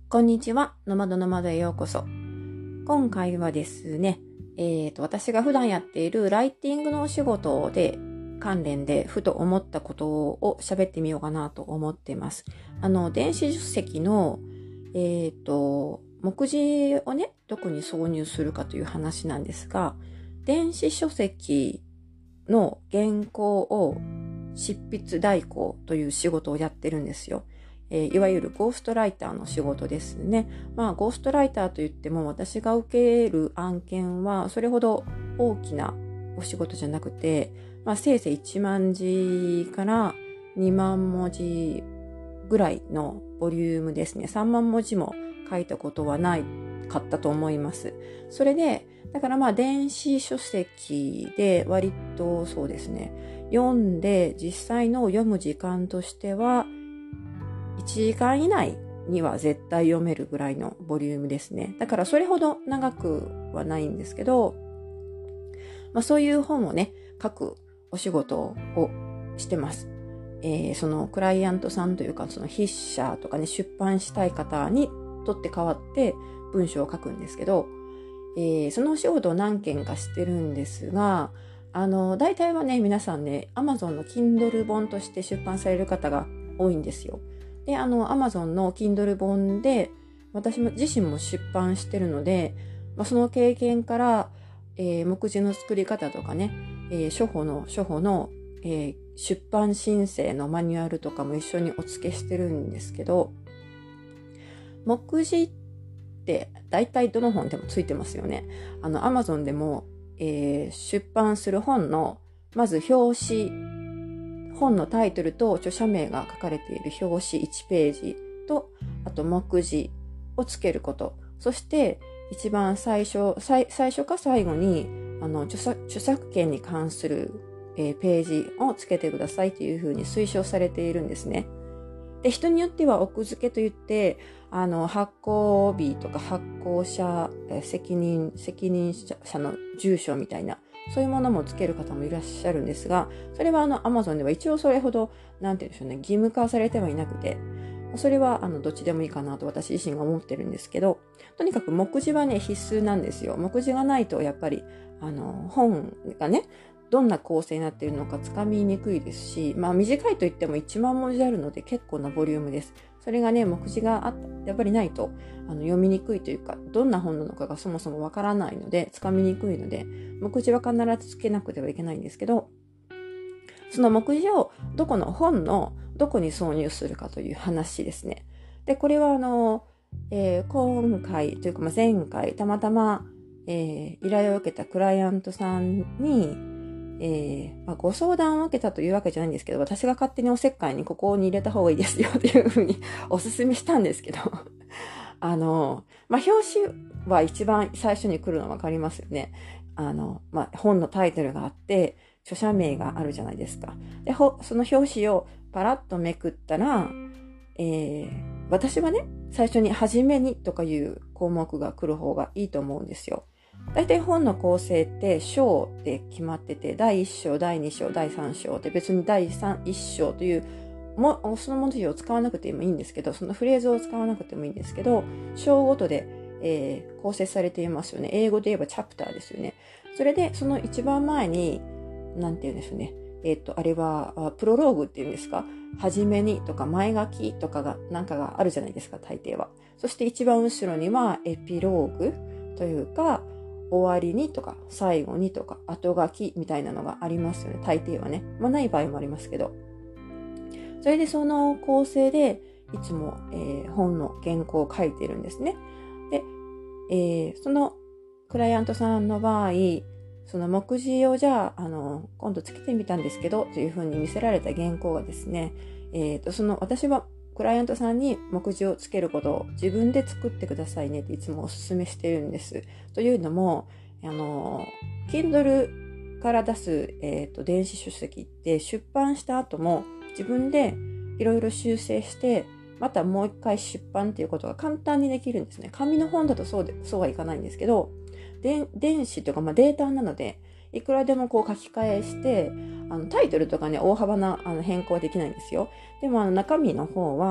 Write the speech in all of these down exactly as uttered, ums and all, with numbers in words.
こんにちは。ノマドノマドへようこそ。今回はですね、えーと、私が普段やっているライティングのお仕事で関連でふと思ったことを喋ってみようかなと思っています。あの、電子書籍の、えーと、目次をね、どこに挿入するかという話なんですが、電子書籍の原稿を執筆代行という仕事をやってるんですよ。えー、いわゆるゴーストライターの仕事ですね。まあ、ゴーストライターといっても私が受ける案件はそれほど大きなお仕事じゃなくて、まあ、せいぜいいちまんじからにまんもじぐらいのボリュームですね。さんまんもじも書いたことはないかったと思います。それで、だからまあ電子書籍で割とそうですね、読んで実際の読む時間としてはいちじかん以内には絶対読めるぐらいのボリュームですね。だからそれほど長くはないんですけど、まあ、そういう本をね、書くお仕事をしてます。えー、そのクライアントさんというか、その筆者とかね、出版したい方にとって代わって文章を書くんですけど、えー、そのお仕事を何件かしてるんですが、あの、大体はね、皆さんね、Amazon の Kindle 本として出版される方が多いんですよ。で、あの、Amazon の Kindle 本で、私も自身も出版してるので、まあ、その経験から、えー、目次の作り方とかね、えー、書法の、書法の、えー、出版申請のマニュアルとかも一緒にお付けしてるんですけど、目次って大体どの本でもついてますよね。あの、Amazon でも、えー、出版する本の、まず表紙、本のタイトルと著者名が書かれている表紙いちページと、あと目次をつけること。そして一番最初、最, 最初か最後にあの 著, 作著作権に関する、えー、ページをつけてくださいというふうに推奨されているんですね。で、人によっては奥付けといって、あの、発行日とか発行者、えー、責任、責任者の住所みたいな、そういうものもつける方もいらっしゃるんですが、それはあの Amazon では一応それほど、なんて言うんでしょうね、義務化されてはいなくて、それはあのどっちでもいいかなと私自身が思ってるんですけど、とにかく目次はね、必須なんですよ。目次がないとやっぱり、あの、本がね、どんな構成になっているのかつかみにくいですし、まあ短いと言ってもいちまんもじあるので結構なボリュームです。それがね、目次があやっぱりないとあの読みにくいというか、どんな本なのかがそもそもわからないので、つかみにくいので、目次は必ずつけなくてはいけないんですけど、その目次をどこの本のどこに挿入するかという話ですね。で、これはあの、えー、今回というか、まあ、前回たまたま、えー、依頼を受けたクライアントさんに、えーまあ、ご相談を受けたというわけじゃないんですけど、私が勝手におせっかいにここに入れた方がいいですよっていうふうにお勧めしたんですけど、あの、まあ、表紙は一番最初に来るのわかりますよね。あの、まあ、本のタイトルがあって、著者名があるじゃないですか。で、その表紙をパラッとめくったら、えー、私はね、最初に初めにとかいう項目が来る方がいいと思うんですよ。大体本の構成って章で決まってて、だいいっ章、だいに章、だいさん章で別にだいいっ章というもその文字を使わなくてもいいんですけど、そのフレーズを使わなくてもいいんですけど、章ごとで、えー、構成されていますよね。英語で言えばチャプターですよね。それでその一番前になんて言うんでしょうね。えっと、あれは、プロローグっていうんですか？はじめにとか前書きとかが、なんかがあるじゃないですか、大抵は。そして一番後ろには、エピローグというか、終わりにとか、最後にとか、後書きみたいなのがありますよね、大抵はね。まあ、ない場合もありますけど。それでその構成で、いつも、えー、本の原稿を書いてるんですね。で、えー、そのクライアントさんの場合、その目次をじゃあ、あの、今度つけてみたんですけど、というふうに見せられた原稿がですね、えっと、その、私はクライアントさんに目次をつけることを自分で作ってくださいねっていつもお勧めしてるんです。というのも、あの、Kindle から出す、えっと、電子書籍って出版した後も自分でいろいろ修正して、またもう一回出版っていうことが簡単にできるんですね。紙の本だとそうで、そうはいかないんですけど、で電子というか、まあ、データなので、いくらでもこう書き換えして、あのタイトルとかね、大幅なあの変更はできないんですよ。でもあの中身の方は、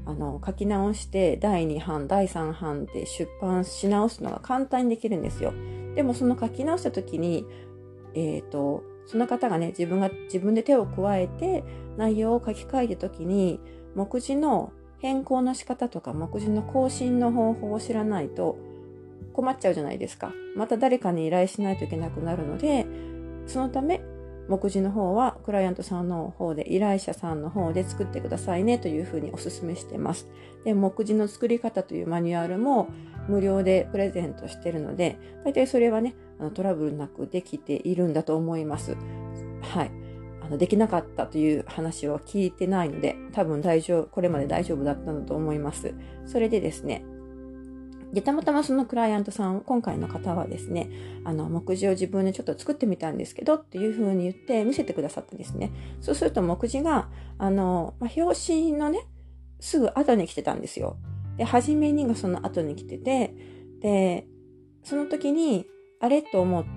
あの書き直してだいにはんだいさんはんで出版し直すのが簡単にできるんですよ。でもその書き直した時に、えーと、その方がね自分が自分で手を加えて内容を書き換えた時に目次の変更の仕方とか目次の更新の方法を知らないと困っちゃうじゃないですか。また誰かに依頼しないといけなくなるので、そのため目次の方はクライアントさんの方で依頼者さんの方で作ってくださいねというふうにお勧めしてます。で、目次の作り方というマニュアルも無料でプレゼントしてるので、大体それはねあのトラブルなくできているんだと思います。はい。あのできなかったという話は聞いてないので、多分大丈夫、これまで大丈夫だったんだと思います。それでですね、でたまたまそのクライアントさん、今回の方はですね、あの目次を自分でちょっと作ってみたんですけどっていう風に言って見せてくださったんですね。そうすると目次があの、まあ、表紙のねすぐ後に来てたんですよ。で初めにがその後に来てて、でその時にあれと思って、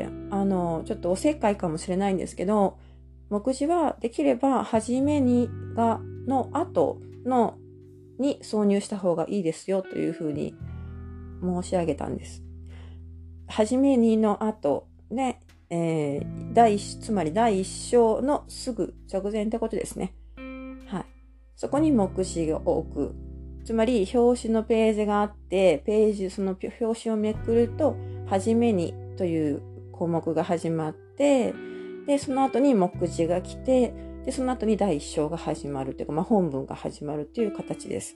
あのちょっとおせっかいかもしれないんですけど、目次はできれば初めにがの後のに挿入した方がいいですよという風に申し上げたんです。はじめにの後ね、えー、第一つまり第一章のすぐ直前ってことですね。はい。そこに目次を置く。つまり表紙のページがあって、ページその表紙をめくるとはじめにという項目が始まって、でその後に目次が来て、でその後に第一章が始まるというか、まあ、本文が始まるという形です。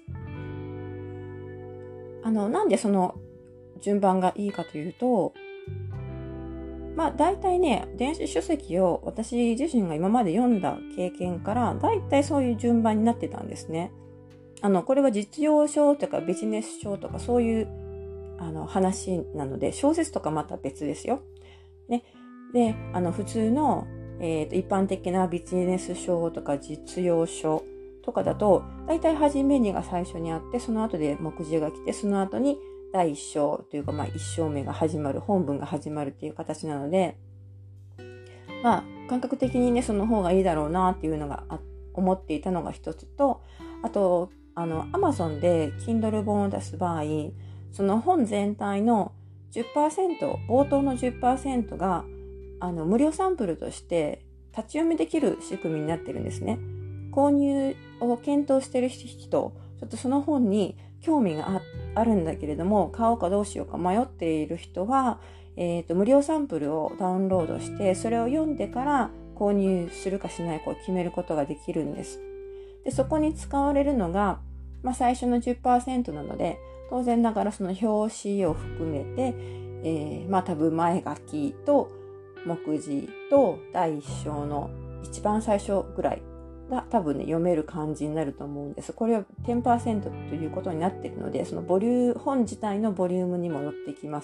あの、なんでその順番がいいかというと、まあ大体ね、電子書籍を私自身が今まで読んだ経験から、大体そういう順番になってたんですね。あの、これは実用書とかビジネス書とかそういうあの話なので、小説とかまた別ですよ。ね。で、あの、普通の、えーと、一般的なビジネス書とか実用書とかだと、大体初めにが最初にあって、その後で目次が来て、その後に第一章というか、まあ一章目が始まる、本文が始まるっていう形なので、まあ感覚的にね、その方がいいだろうなっていうのが思っていたのが一つと、あと、あの、Amazon で Kindle 本を出す場合、その本全体の じゅっパーセント、冒頭の じゅっパーセント があの無料サンプルとして立ち読みできる仕組みになってるんですね。購入を検討している人、ちょっとその本に興味が あ, あるんだけれども買おうかどうしようか迷っている人は、えーと、無料サンプルをダウンロードしてそれを読んでから購入するかしないかを決めることができるんです。でそこに使われるのが、まあ、最初の じゅっパーセント なので、当然ながらその表紙を含めて、えー、まあ多分前書きと目次と第一章の一番最初ぐらいが多分ね読める感じになると思うんです。これは じゅっパーセント ということになっているので、そのボリューム本自体のボリュームにもよってきます。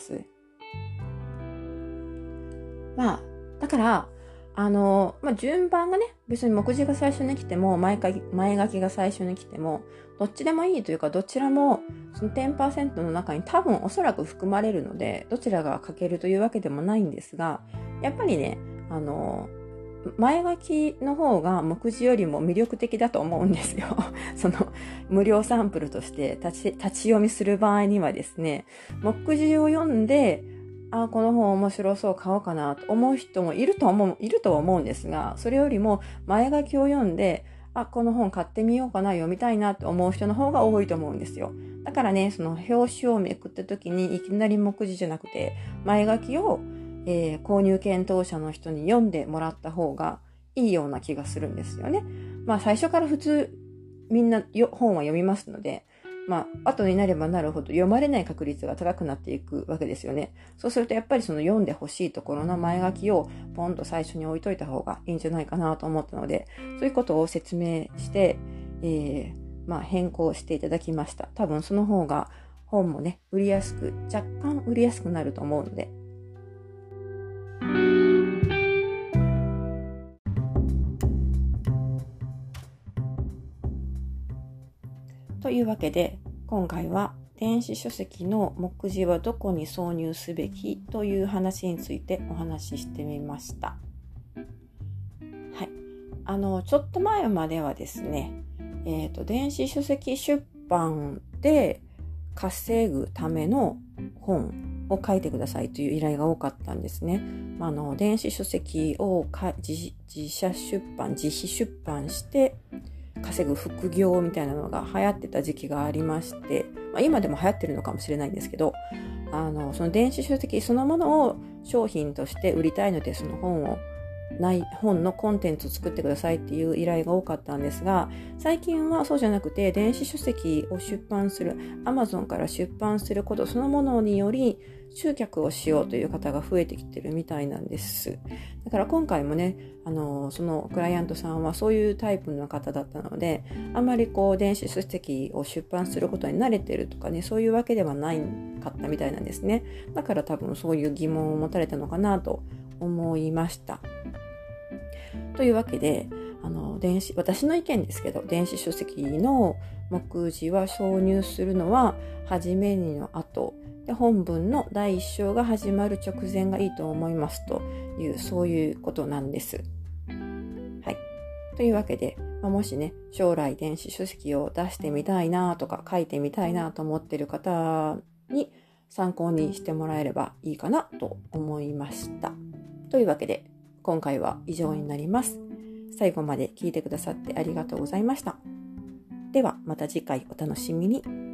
まあだからあの、まあ、順番がね別に目次が最初に来ても前書き、前書きが最初に来てもどっちでもいいというか、どちらもその じゅっパーセント の中に多分おそらく含まれるので、どちらが書けるというわけでもないんですが、やっぱりねあの前書きの方が目次よりも魅力的だと思うんですよ。その無料サンプルとして立ち、立ち読みする場合にはですね、目次を読んで、あ、この本面白そう買おうかなと思う人もいると思う、いるとは思うんですが、それよりも前書きを読んで、あ、この本買ってみようかな、読みたいなと思う人の方が多いと思うんですよ。だからね、その表紙をめくった時にいきなり目次じゃなくて、前書きをえー、購入検討者の人に読んでもらった方がいいような気がするんですよね。まあ最初から普通みんなよ本は読みますので、まあ後になればなるほど読まれない確率が高くなっていくわけですよね。そうするとやっぱりその読んでほしいところの前書きをポンと最初に置いといた方がいいんじゃないかなと思ったので、そういうことを説明して、えー、まあ変更していただきました。多分その方が本もね売りやすく、若干売りやすくなると思うので。というわけで今回は電子書籍の目次はどこに挿入すべきという話についてお話ししてみました。はい。あのちょっと前まではですね、 えっと、電子書籍出版で稼ぐための本を書いてくださいという依頼が多かったんですね。あの、電子書籍をか 自, 自社出版、自費出版して稼ぐ副業みたいなのが流行ってた時期がありまして、まあ、今でも流行ってるのかもしれないんですけど、あの、その電子書籍そのものを商品として売りたいので、その本をない本のコンテンツを作ってくださいっていう依頼が多かったんですが、最近はそうじゃなくて電子書籍を出版する Amazon から出版することそのものにより集客をしようという方が増えてきてるみたいなんです。だから今回もね、あのそのクライアントさんはそういうタイプの方だったので、あんまりこう電子書籍を出版することに慣れてるとかね、そういうわけではないかったみたいなんですね。だから多分そういう疑問を持たれたのかなと思いました。というわけで、あの電子私の意見ですけど、電子書籍の目次は挿入するのは初めにの後で、本文のだいいっ章が始まる直前がいいと思いますという、そういうことなんです。はい。というわけで、まあ、もしね、将来電子書籍を出してみたいなとか書いてみたいなと思っている方に参考にしてもらえればいいかなと思いました。というわけで、今回は以上になります。最後まで聞いてくださってありがとうございました。ではまた次回お楽しみに。